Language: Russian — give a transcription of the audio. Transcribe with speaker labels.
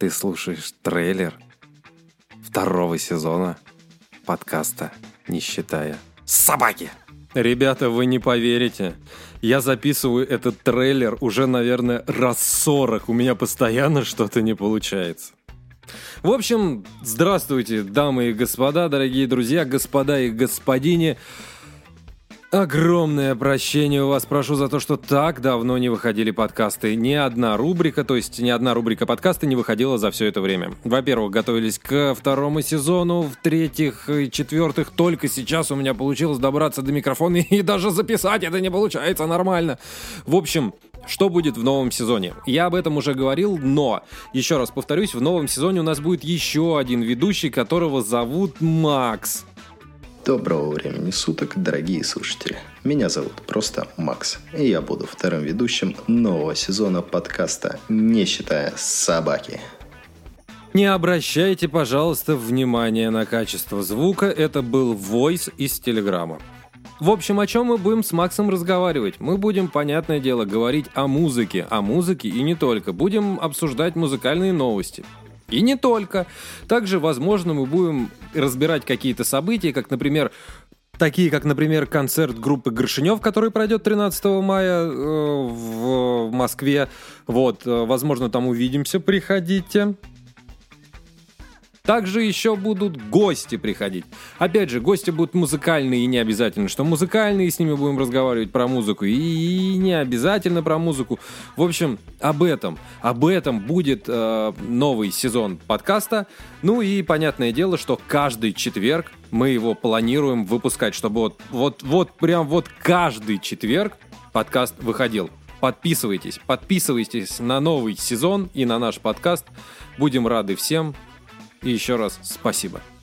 Speaker 1: Ты слушаешь трейлер второго сезона подкаста «Не считая собаки». Ребята, вы не поверите. Я записываю этот трейлер уже, наверное, раз 40. У меня постоянно что-то не получается. В общем, здравствуйте, дамы и господа, дорогие друзья, господа и господине. Огромное прощение у вас прошу за то, что так давно не выходили подкасты. Ни одна рубрика подкаста не выходила за все это время. Во-первых, готовились к второму сезону. В-третьих и четвертых, только сейчас у меня получилось добраться до микрофона и даже записать это не получается нормально. В общем, что будет в новом сезоне? Я об этом уже говорил, но, еще раз повторюсь, в новом сезоне у нас будет еще один ведущий, которого зовут Макс.
Speaker 2: Доброго времени суток, дорогие слушатели. Меня зовут просто Макс, и я буду вторым ведущим нового сезона подкаста «Не считая собаки».
Speaker 1: Не обращайте, пожалуйста, внимания на качество звука, это был войс из Телеграма. В общем, о чем мы будем с Максом разговаривать? Мы будем, понятное дело, говорить о музыке и не только. Будем обсуждать музыкальные новости. И не только. Также, возможно, мы будем разбирать какие-то события, такие как, например, концерт группы Горшенев, который пройдет 13 мая в Москве. Возможно, там увидимся, приходите. Также еще будут гости приходить. Опять же, гости будут музыкальные, и не обязательно, что музыкальные, с ними будем разговаривать про музыку, и не обязательно про музыку. В общем, об этом будет новый сезон подкаста. Ну и понятное дело, что каждый четверг мы его планируем выпускать, чтобы вот каждый четверг подкаст выходил. Подписывайтесь на новый сезон и на наш подкаст. Будем рады всем. И еще раз спасибо.